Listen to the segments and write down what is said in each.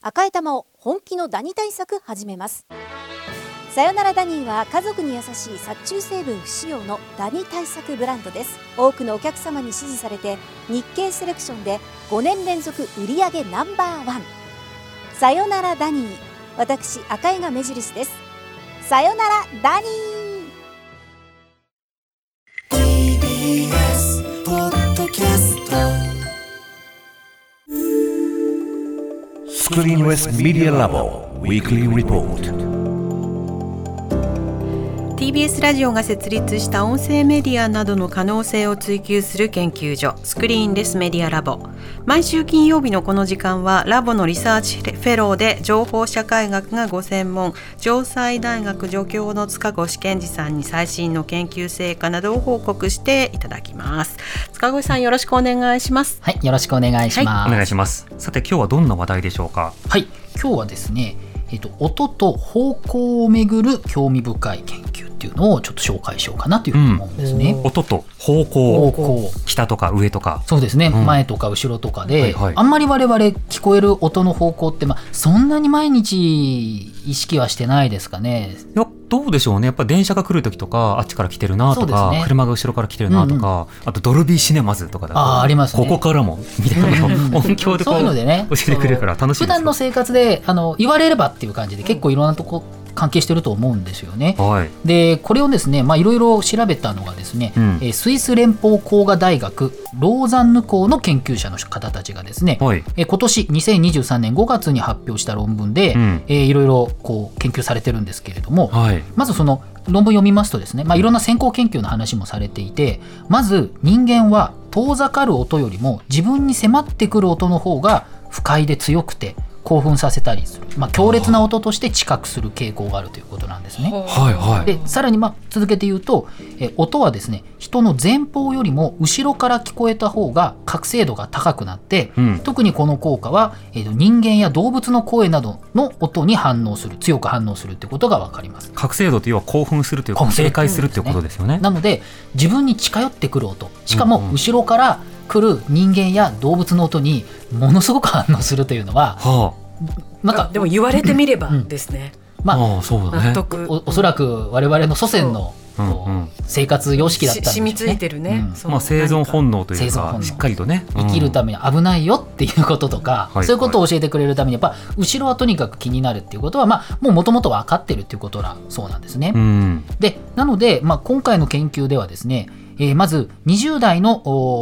赤い玉を本気のダニ対策始めます。さよならダニーは家族に優しい殺虫成分不使用のダニ対策ブランドです。多くのお客様に支持されて日経セレクションで5年連続売上No.1。さよならダニー、私赤井が目印です。さよならダニー。 TBS ポッドキャストスクリーンレスメディアラボウィークリーリポート。 TBS ラジオが設立した音声メディアなどの可能性を追求する研究所、スクリーンレスメディアラボ。毎週金曜日のこの時間はラボのリサーチフェローで情報社会学がご専門、城西大学助教の塚越健二さんに最新の研究成果などを報告していただきます。塚越さん、よろしくお願いします。 はい、よろしくお願いします。 お願いします。さて、今日はどんな話題でしょうか。 はい、今日はですね、音と方向をめぐる興味深い研究っていうのをちょっと紹介しようかなというふうに思うんですね。 音と方向、下とか上とか、そうですね、 前とか後ろとかで、 はいはい、 あんまり我々聞こえる音の方向って、そんなに毎日意識はしてないですかね。 いや、どうでしょうね。やっぱ電車が来るときとか、あっちから来てるなとか、車が後ろから来てるなとか、あとドルビーシネマズとかだと、 ありますね、 ここからもみたいな音響でこう、そういうのでね、教えてくれるから楽しいです。 普段の生活で言われればっていう感じで結構いろんなとこ関係してると思うんですよね。 はい、 でこれをですね、いろいろ調べたのがですね、スイス連邦工科大学ローザンヌ校の研究者の方たちがですね、今年2023年5月に発表した論文で、いろいろこう研究されてるんですけれども、まずその論文読みますとですね、いろんな先行研究の話もされていて、まず人間は遠ざかる音よりも自分に迫ってくる音の方が不快で強くて興奮させたりする、強烈な音として知覚する傾向があるということなんですね。でさらに続けて言うと、音はですね、人の前方よりも後ろから聞こえた方が覚醒度が高くなって、特にこの効果は、人間や動物の声などの音に強く反応するということが分かります。 覚醒度というのは興奮するというか、警戒するということですよね。 なので自分に近寄ってくる音、しかも後ろから来る人間や動物の音にものすごく反応するというのは、 でも言われてみればですね、 そうだね、 納得。おそらく我々の祖先の生活様式だったんでしょうね。 染みついてるね、 生存本能というか、しっかりとね、 生きるために危ないよっていうこととか、そういうことを教えてくれるためにやっぱ後ろはとにかく気になるっていうことは、もともと分かってるっていうことだそうなんですね。でなので、今回の研究ではですね、まず20代の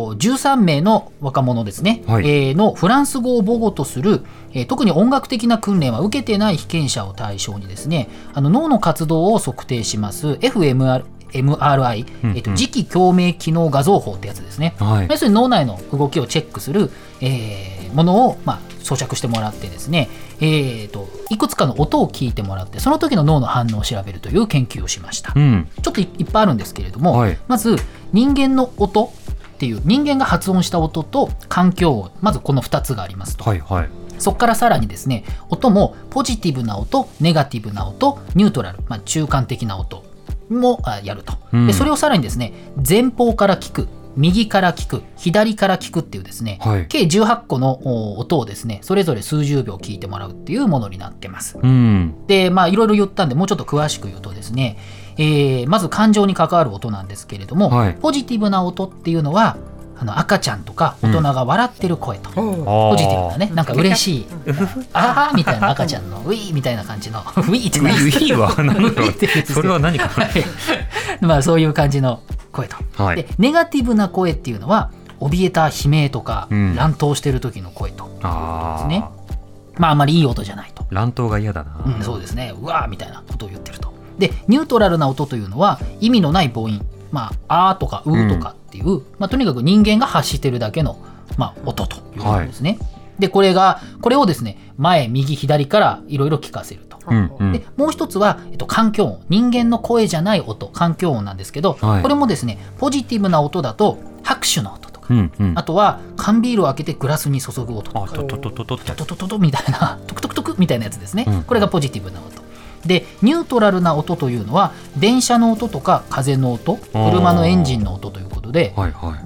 13名の若者ですね、のフランス語を母語とする、特に音楽的な訓練は受けてない被験者を対象にですね、脳の活動を測定します fMRI、磁気共鳴機能画像法ってやつですね。要するに脳内の動きをチェックする、ものを装着してもらってですね、いくつかの音を聞いてもらって、その時の脳の反応を調べるという研究をしました。ちょっといっぱいあるんですけれども、まず人間の音っていう、人間が発音した音と環境音、まずこの2つがありますと。そこからさらにですね、音もポジティブな音、ネガティブな音、ニュートラル、中間的な音もやると。でそれをさらにですね、前方から聞く、右から聞く、左から聞くっていうですね、計18個の音をですね、それぞれ数十秒聞いてもらうっていうものになってます。でいろいろ言ったんで、もうちょっと詳しく言うとですね、まず感情に関わる音なんですけれども、ポジティブな音っていうのは赤ちゃんとか大人が笑ってる声と、ポジティブなね、なんか嬉しいあーみたいな赤ちゃんのウィーみたいな感じのウィーって何ですか、ウィーは何だろうそれは何かそういう感じの声と、でネガティブな声っていうのは怯えた悲鳴とか、乱闘してる時の声とですね。あんまりいい音じゃないと。 乱闘が嫌だな、 そうですね、うわーみたいなことを言ってると。でニュートラルな音というのは意味のない母音、あーとかうーとかっていう、とにかく人間が発してるだけの、音ということですね。でこれをですね、前右左からいろいろ聞かせると。でもう一つは、環境音、人間の声じゃない音、環境音なんですけど、これもですね、ポジティブな音だと拍手の音とか、あとは缶ビールを開けてグラスに注ぐ音とか、トトトトトトトトトみたいな、トクトクトクみたいなやつですね。これがポジティブな音で、ニュートラルな音というのは電車の音とか風の音、車のエンジンの音ということで、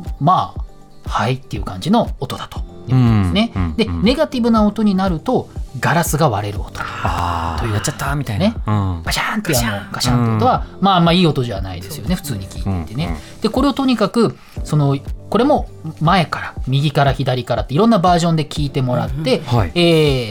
はいっていう感じの音だということですね。でネガティブな音になるとガラスが割れる音というやっちゃったみたいな、 ね、バシャーンってガシャンって音は、まあまあいい音じゃないですよね、普通に聞いていてね。でこれをとにかくこれも前から右から左からっていろんなバージョンで聞いてもらって、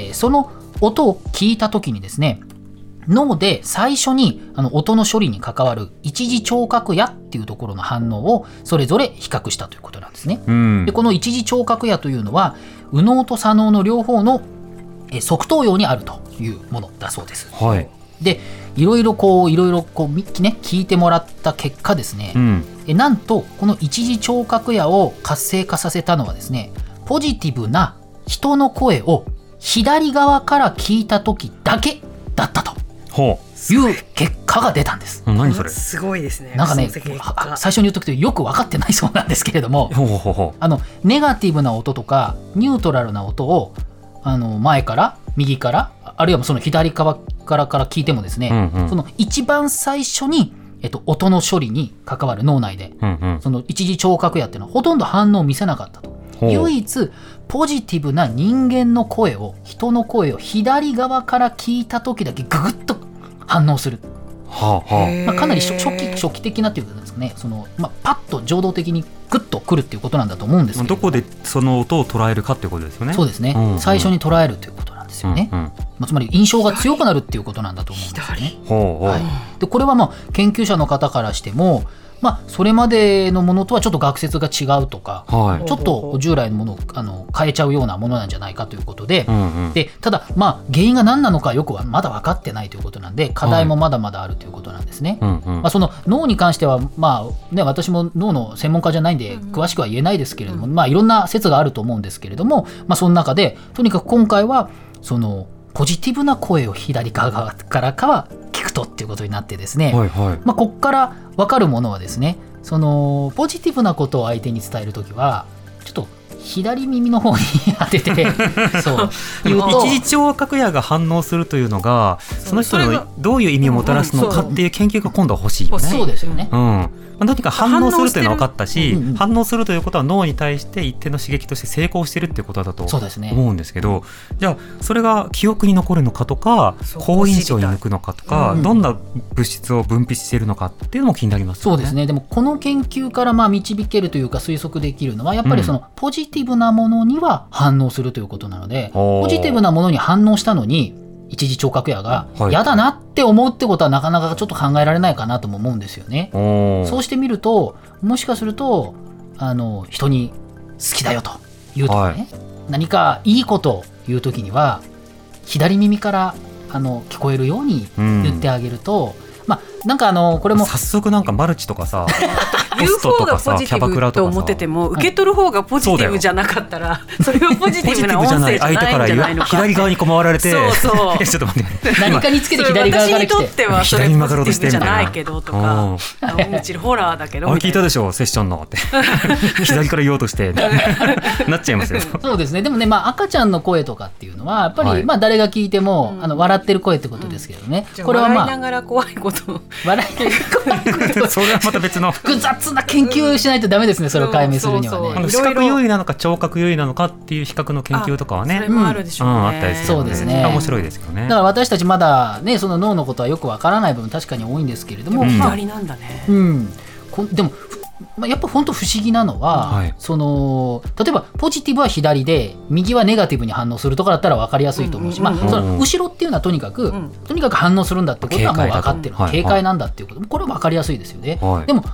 その音を聞いた時にですね、脳で最初に音の処理に関わる一次聴覚野っていうところの反応をそれぞれ比較したということなんですね。でこの一次聴覚野というのは右脳と左脳の両方の側頭葉にあるというものだそうです。でいろいろ聞いてもらった結果ですね、なんとこの一次聴覚野を活性化させたのはですね、ポジティブな人の声を左側から聞いた時だけだったという結果が出たんです。 何それ、 すごいですね。 なんかね、最初に言っとくとよく分かってないそうなんですけれども、ネガティブな音とかニュートラルな音を前から右からあるいはその左側から聞いてもですね、その一番最初に、音の処理に関わる脳内で、その一次聴覚野っていうのはほとんど反応を見せなかったと。唯一ポジティブな人間の声を、人の声を左側から聞いた時だけググッと反応する。かなり初期的なっていうかですね、パッと情動的にグッとくるっていうことなんだと思うんですけど、 どこでその音を捉えるかっていうことですよね。 そうですね、最初に捉えるということなんですよね。つまり印象が強くなるっていうことなんだと思うんですよね。でこれは研究者の方からしても、それまでのものとはちょっと学説が違うとか、ちょっと従来のものを変えちゃうようなものなんじゃないかということで、でただ原因が何なのかよくはまだ分かってないということなんで、課題もまだまだあるということなんですね。その脳に関しては私も脳の専門家じゃないんで詳しくは言えないですけれども、いろんな説があると思うんですけれども、その中でとにかく今回はそのポジティブな声を左側からかは聞くとっていうことになってですね、ここから分かるものはですね、そのポジティブなことを相手に伝えるときはちょっと左耳の方に当ててそう言うと一次聴覚野が反応するというのがその人のどういう意味をもたらすのかっていう研究が今度は欲しいよね。 そうですよね。 何か反応するというのは分かったし、反応するということは脳に対して一定の刺激として成功しているっていうことだと思うんですけど、じゃあそれが記憶に残るのかとか好印象に抜くのかとか、どんな物質を分泌しているのかっていうのも気になりますよね。 そうですね。でもこの研究から導けるというか推測できるのはやっぱりそのポジティブなものには反応するということなので、ポジティブなものに反応したのに一次聴覚野が嫌だなって思うってことはなかなかちょっと考えられないかなとも思うんですよね。そうしてみるともしかすると人に好きだよと言うとかね、何かいいことを言うときには左耳から聞こえるように言ってあげると、なんかこれも早速なんかマルチとかさ言う方がポジティブと思ってても受け取る方がポジティブじゃなかったらそれはポジティブな音声じゃないんじゃないのか。 左側にこう回られてちょっと待って何かにつけて左側から来て私にとってはそれポジティブじゃないけどとかうちホラーだけど聞いたでしょセッションのって左から言おうとしてなっちゃいますよ。 そうですね。でもね、赤ちゃんの声とかっていうのはやっぱり誰が聞いても笑ってる声ってことですけどね。 これは笑いながら怖いこと笑いながら怖いことそれはまた別の複雑な研究しないとダメですね。それを解明するにはね。 視覚優位なのか聴覚優位なのかっていう比較の研究とかはね、 それもあるでしょうね。 あったりするそうですね。 面白いですけどね。 だから私たちまだねその脳のことはよくわからない部分確かに多いんですけれども、 左なんだね。 でもやっぱ本当不思議なのは、例えばポジティブは左で右はネガティブに反応するとかだったら分かりやすいと思うし、その後ろっていうのはとにかく反応するんだってことはもう分かってる、警戒なんだっていうこと、これは分かりやすいですよね。でも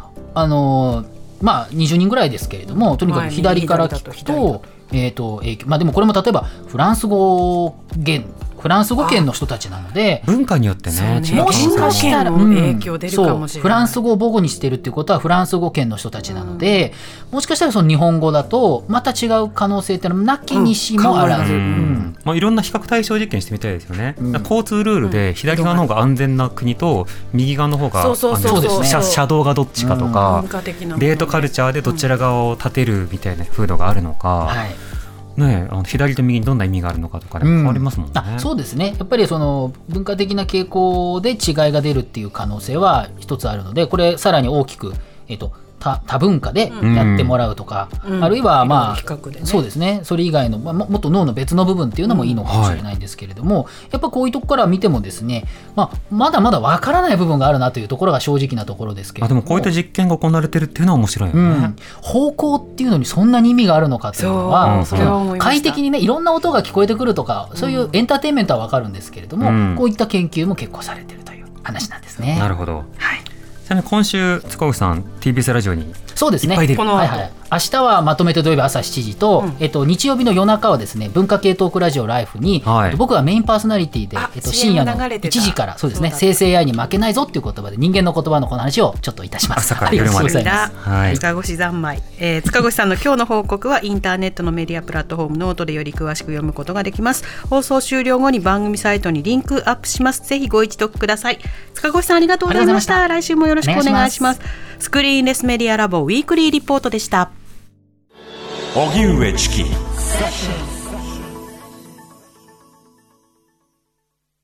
20人ぐらいですけれども、とにかく左から聞くと影響、でもこれも例えばフランス語圏の人たちなので文化によってねもしかしたら影響出るかもしれない。 フランス語を母語にしてるってことはフランス語圏の人たちなので、もしかしたらその日本語だとまた違う可能性っていうのもなきにしもあらず、 いろんな比較対象実験してみたいですよね。交通ルールで左側の方が安全な国と右側の方が車道がどっちかとか、デートカルチャーでどちら側を立てるみたいな風土があるのか、左と右にどんな意味があるのかとかね、変わりますもんね。 そうですね。やっぱりその文化的な傾向で違いが出るっていう可能性は一つあるので、これさらに大きく、 多文化でやってもらうとか、あるいはまあ、そうですね、それ以外の、もっと脳の別の部分っていうのもいいのかもしれないんですけれども、やっぱこういうとこから見てもですね、まだまだ分からない部分があるなというところが正直なところですけれども、 でもこういった実験が行われてるっていうのは面白いよね、 方向っていうのにそんなに意味があるのかというのは、快適にねいろんな音が聞こえてくるとか、そういうエンターテインメントは分かるんですけれども、こういった研究も結構されてるという話なんですね。 なるほど、ちなみに今週塚越さん TBS ラジオにそうですね、 いっぱい出る、 明日はまとめて土曜日朝7時と、日曜日の夜中はですね文化系トークラジオライフに、僕はメインパーソナリティで、深夜の1時からそうですね、生成 AI に負けないぞっていう言葉で人間の言葉のこの話をちょっといたします。 朝から夜まで塚越三昧、塚越さんの今日の報告はインターネットのメディアプラットフォームノートでより詳しく読むことができます。放送終了後に番組サイトにリンクアップします。ぜひご一読ください。塚越さんありがとうございました。来週もよろしくお願いします。スクリーンレスメディアラボウィークリーリポートでした。 荻上チキ